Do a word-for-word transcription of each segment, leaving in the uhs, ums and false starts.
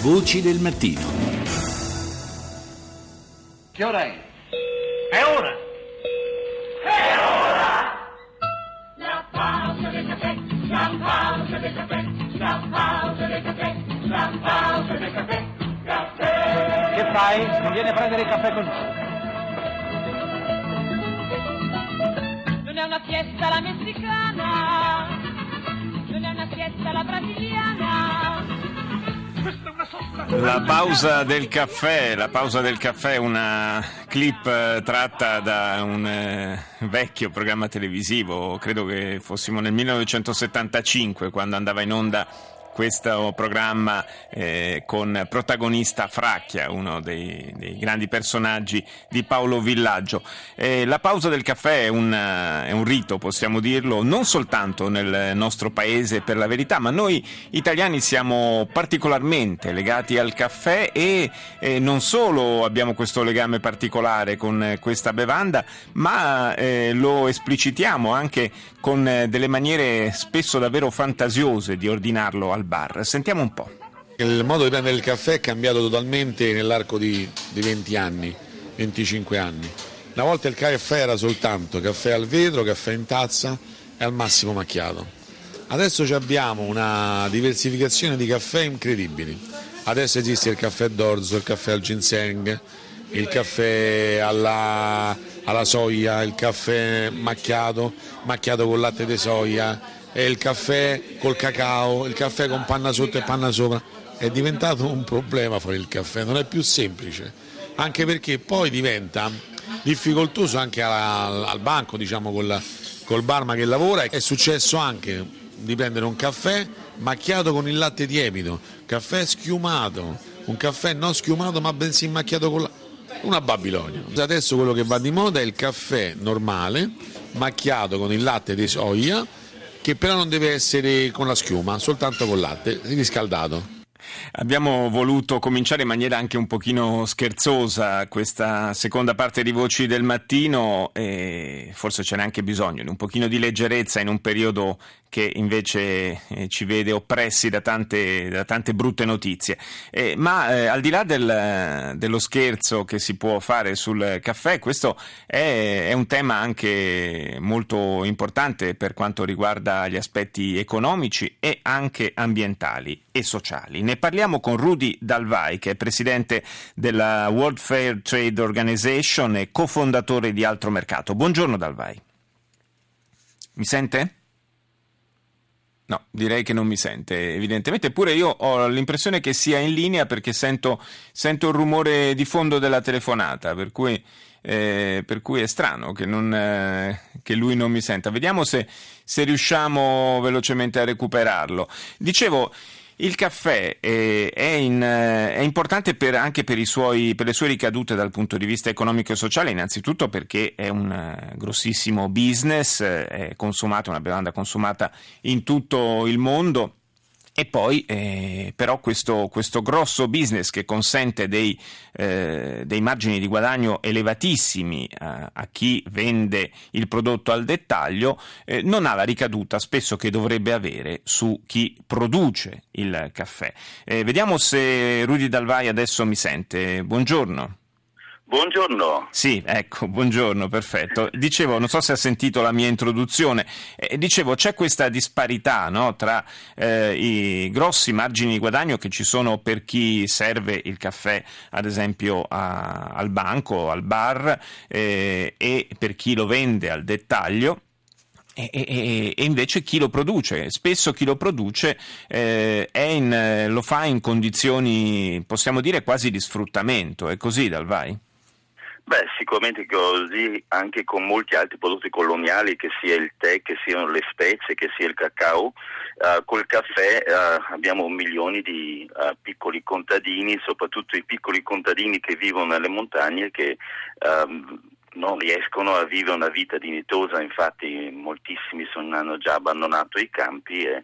Voci del mattino. Che ora è? È ora! È ora! La pausa del caffè, la pausa del caffè, la pausa del caffè, la pausa del caffè, caffè. Che fai? Non vieni a prendere il caffè con noi? Non è una fiesta la messicana, non è una fiesta la brasiliana. La pausa del caffè, la pausa del caffè è una clip eh, tratta da un eh, vecchio programma televisivo, credo che fossimo nel millenovecentosettantacinque quando andava in onda questo programma eh, con protagonista Fracchia, uno dei, dei grandi personaggi di Paolo Villaggio. Eh, la pausa del caffè è un, è un rito, possiamo dirlo, non soltanto nel nostro paese per la verità, ma noi italiani siamo particolarmente legati al caffè e eh, non solo abbiamo questo legame particolare con questa bevanda, ma eh, lo esplicitiamo anche con eh, delle maniere spesso davvero fantasiose di ordinarlo al bar. Sentiamo un po'. Il modo di prendere il caffè è cambiato totalmente nell'arco di, di venti anni, venticinque anni. Una volta il caffè era soltanto caffè al vetro, caffè in tazza e al massimo macchiato. Adesso abbiamo una diversificazione di caffè incredibili. Adesso esiste il caffè d'orzo, il caffè al ginseng, il caffè alla, alla soia, il caffè macchiato, macchiato con latte di soia, e il caffè col cacao, il caffè con panna sotto e panna sopra. È diventato un problema fare il caffè, non è più semplice, anche perché poi diventa difficoltoso anche al, al banco, diciamo, col, col barman che lavora. È successo anche di prendere un caffè macchiato con il latte tiepido, caffè schiumato, un caffè non schiumato ma bensì macchiato con la... una Babilonia. Adesso quello che va di moda è il caffè normale macchiato con il latte di soia, che però non deve essere con la schiuma, soltanto con latte riscaldato. Abbiamo voluto cominciare in maniera anche un pochino scherzosa questa seconda parte di Voci del Mattino e forse ce n'è anche bisogno di un pochino di leggerezza in un periodo che invece eh, ci vede oppressi da tante, da tante brutte notizie. Eh, ma eh, al di là del, dello scherzo che si può fare sul caffè, questo è, è un tema anche molto importante per quanto riguarda gli aspetti economici e anche ambientali e sociali. Ne parliamo con Rudy Dalvai, che è presidente della World Fair Trade Organization e cofondatore di Altro Mercato. Buongiorno Dalvai. Mi sente? No, direi che non mi sente, evidentemente. Eppure io ho l'impressione che sia in linea perché sento, sento il rumore di fondo della telefonata, per cui, eh, per cui è strano che, non, eh, che lui non mi senta. Vediamo se, se riusciamo velocemente a recuperarlo. Dicevo, il caffè è, è, in, è importante per, anche per, i suoi, per le sue ricadute dal punto di vista economico e sociale, innanzitutto perché è un grossissimo business, è consumato, una bevanda consumata in tutto il mondo. E poi eh, però questo, questo grosso business che consente dei, eh, dei margini di guadagno elevatissimi a, a chi vende il prodotto al dettaglio eh, non ha la ricaduta spesso che dovrebbe avere su chi produce il caffè. Eh, vediamo se Rudy Dalvai adesso mi sente. Buongiorno. Buongiorno. Sì, ecco, buongiorno, perfetto. Dicevo, non so se ha sentito la mia introduzione, eh, dicevo c'è questa disparità, no, tra eh, i grossi margini di guadagno che ci sono per chi serve il caffè, ad esempio a, al banco, al bar, eh, e per chi lo vende al dettaglio. E, e, e invece chi lo produce, spesso chi lo produce eh, è in, lo fa in condizioni, possiamo dire, quasi di sfruttamento. È così, Dalvai? Beh, sicuramente così anche con molti altri prodotti coloniali, che sia il tè, che siano le spezie, che sia il cacao. Uh, col caffè uh, abbiamo milioni di uh, piccoli contadini, soprattutto i piccoli contadini che vivono nelle montagne, che uh, non riescono a vivere una vita dignitosa. Infatti moltissimi sono, hanno già abbandonato i campi e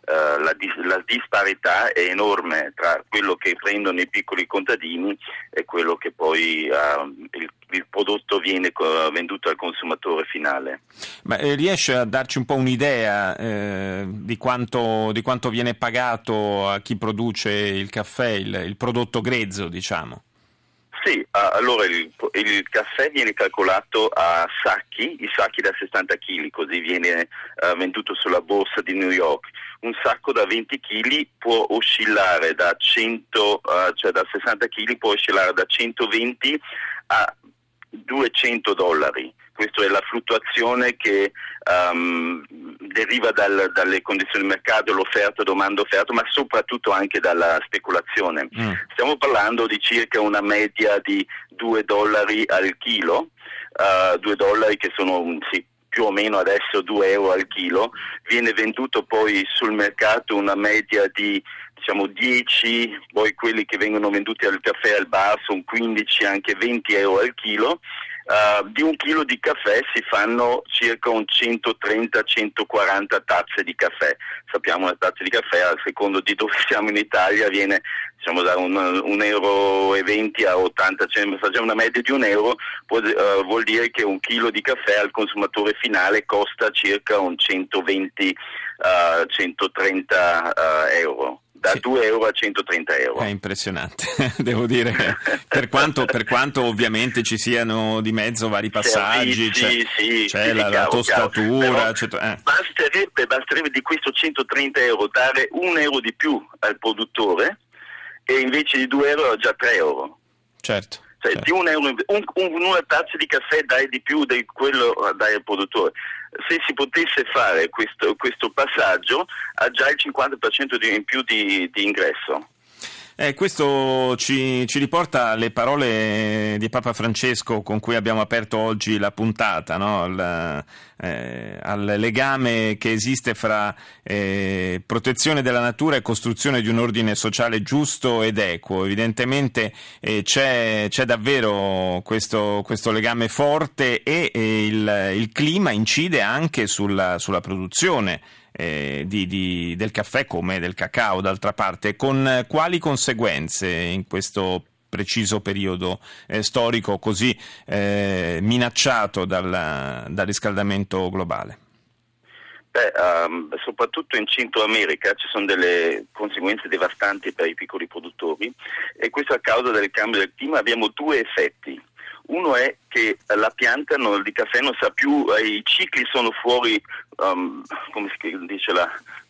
uh, la, dis- la disparità è enorme tra quello che prendono i piccoli contadini e quello che poi uh, il, il prodotto viene co- venduto al consumatore finale. Ma eh, riesce a darci un po' un'idea eh, di quanto, di quanto viene pagato a chi produce il caffè, il, il prodotto grezzo, diciamo? Sì, uh, allora il, il caffè viene calcolato a sacchi, i sacchi da sessanta chili, così viene uh, venduto sulla borsa di New York. Un sacco da venti chili può oscillare da cento, uh, cioè da sessanta chili può oscillare da centoventi a duecento dollari. Questa è la fluttuazione che um, deriva dal, dalle condizioni di mercato, l'offerta, domanda, offerta, ma soprattutto anche dalla speculazione. Mm. Stiamo parlando di circa una media di due dollari al chilo, uh, due dollari che sono sì, più o meno adesso due euro al chilo. Viene venduto poi sul mercato una media di diciamo dieci, poi quelli che vengono venduti al caffè al bar sono quindici, anche venti euro al chilo. Uh, di un chilo di caffè si fanno circa un centotrenta centoquaranta tazze di caffè. Sappiamo una tazza di caffè, al secondo di dove siamo in Italia, viene diciamo da un, un euro e venti a ottanta, cioè facciamo una media di un euro, può, uh, vuol dire che un chilo di caffè al consumatore finale costa circa un centoventi centotrenta uh, euro. Da sì. due euro a centotrenta euro. È impressionante, devo dire, per quanto, per quanto ovviamente ci siano di mezzo vari passaggi, Servizi, c'è, sì, c'è sì, la, chiaro, la tostatura, chiaro. Eh. Basterebbe, basterebbe di questo centotrenta euro dare un euro di più al produttore e invece di due euro già tre euro. Certo. Cioè, certo. Di un euro, un, un, una tazza di caffè dai di più di quello dai al produttore. Se si potesse fare questo, questo passaggio, ha già il cinquanta per cento di, in più di, di ingresso. Eh, questo ci, ci riporta alle parole di Papa Francesco con cui abbiamo aperto oggi la puntata, no? al, eh, al legame che esiste fra eh, protezione della natura e costruzione di un ordine sociale giusto ed equo. Evidentemente eh, c'è, c'è davvero questo, questo legame forte e, e il, il clima incide anche sulla, sulla produzione Eh, di, di, del caffè come del cacao, d'altra parte. Con eh, quali conseguenze in questo preciso periodo eh, storico così eh, minacciato dal, dal riscaldamento globale? Beh, um, soprattutto in Centro America ci sono delle conseguenze devastanti per i piccoli produttori e questo a causa del cambio del clima. Abbiamo due effetti. Uno è che la pianta non, di caffè non sa più, eh, i cicli sono fuori, um, come si dice la,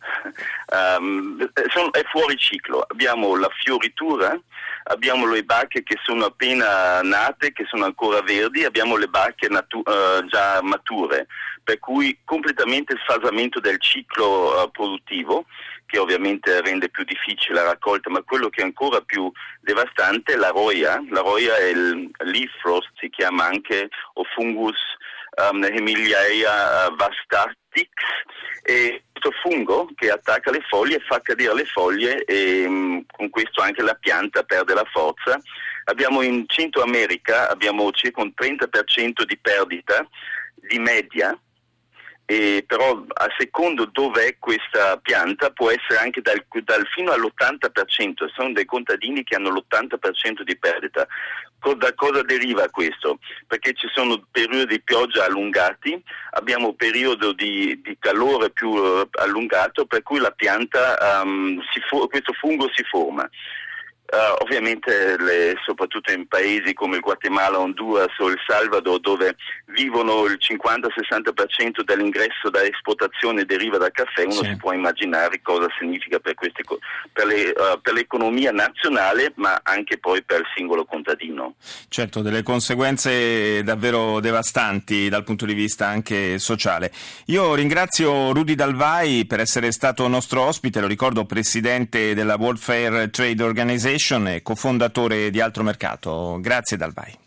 um, sono, è fuori ciclo. Abbiamo la fioritura, abbiamo le bacche che sono appena nate, che sono ancora verdi, abbiamo le bacche natu- uh, già mature, per cui completamente sfasamento del ciclo uh, produttivo, che ovviamente rende più difficile la raccolta, ma quello che è ancora più devastante è la roia. La roia è il leaf frost, si chiama anche, o fungus um, Hemileia vastatix, e questo fungo che attacca le foglie fa cadere le foglie e um, con questo anche la pianta perde la forza. Abbiamo in Centro America abbiamo circa un trenta per cento di perdita di media. E però a secondo dov'è questa pianta può essere anche dal, dal fino all'ottanta per cento, sono dei contadini che hanno l'ottanta per cento di perdita. Da cosa deriva questo? Perché ci sono periodi di pioggia allungati, abbiamo periodi di, di calore più uh, allungato, per cui la pianta, um, si fo- questo fungo si forma. Uh, ovviamente le, soprattutto in paesi come il Guatemala, Honduras o il Salvador, dove vivono il cinquanta sessanta per cento dell'ingresso da esportazione deriva dal caffè, uno sì. si può immaginare cosa significa per, queste, per, le, uh, per l'economia nazionale, ma anche poi per il singolo contadino. Certo, delle conseguenze davvero devastanti dal punto di vista anche sociale. Io ringrazio Rudy Dal Vai per essere stato nostro ospite, lo ricordo presidente della World Fair Trade Organization e cofondatore di Altro Mercato. Grazie Dal Vai.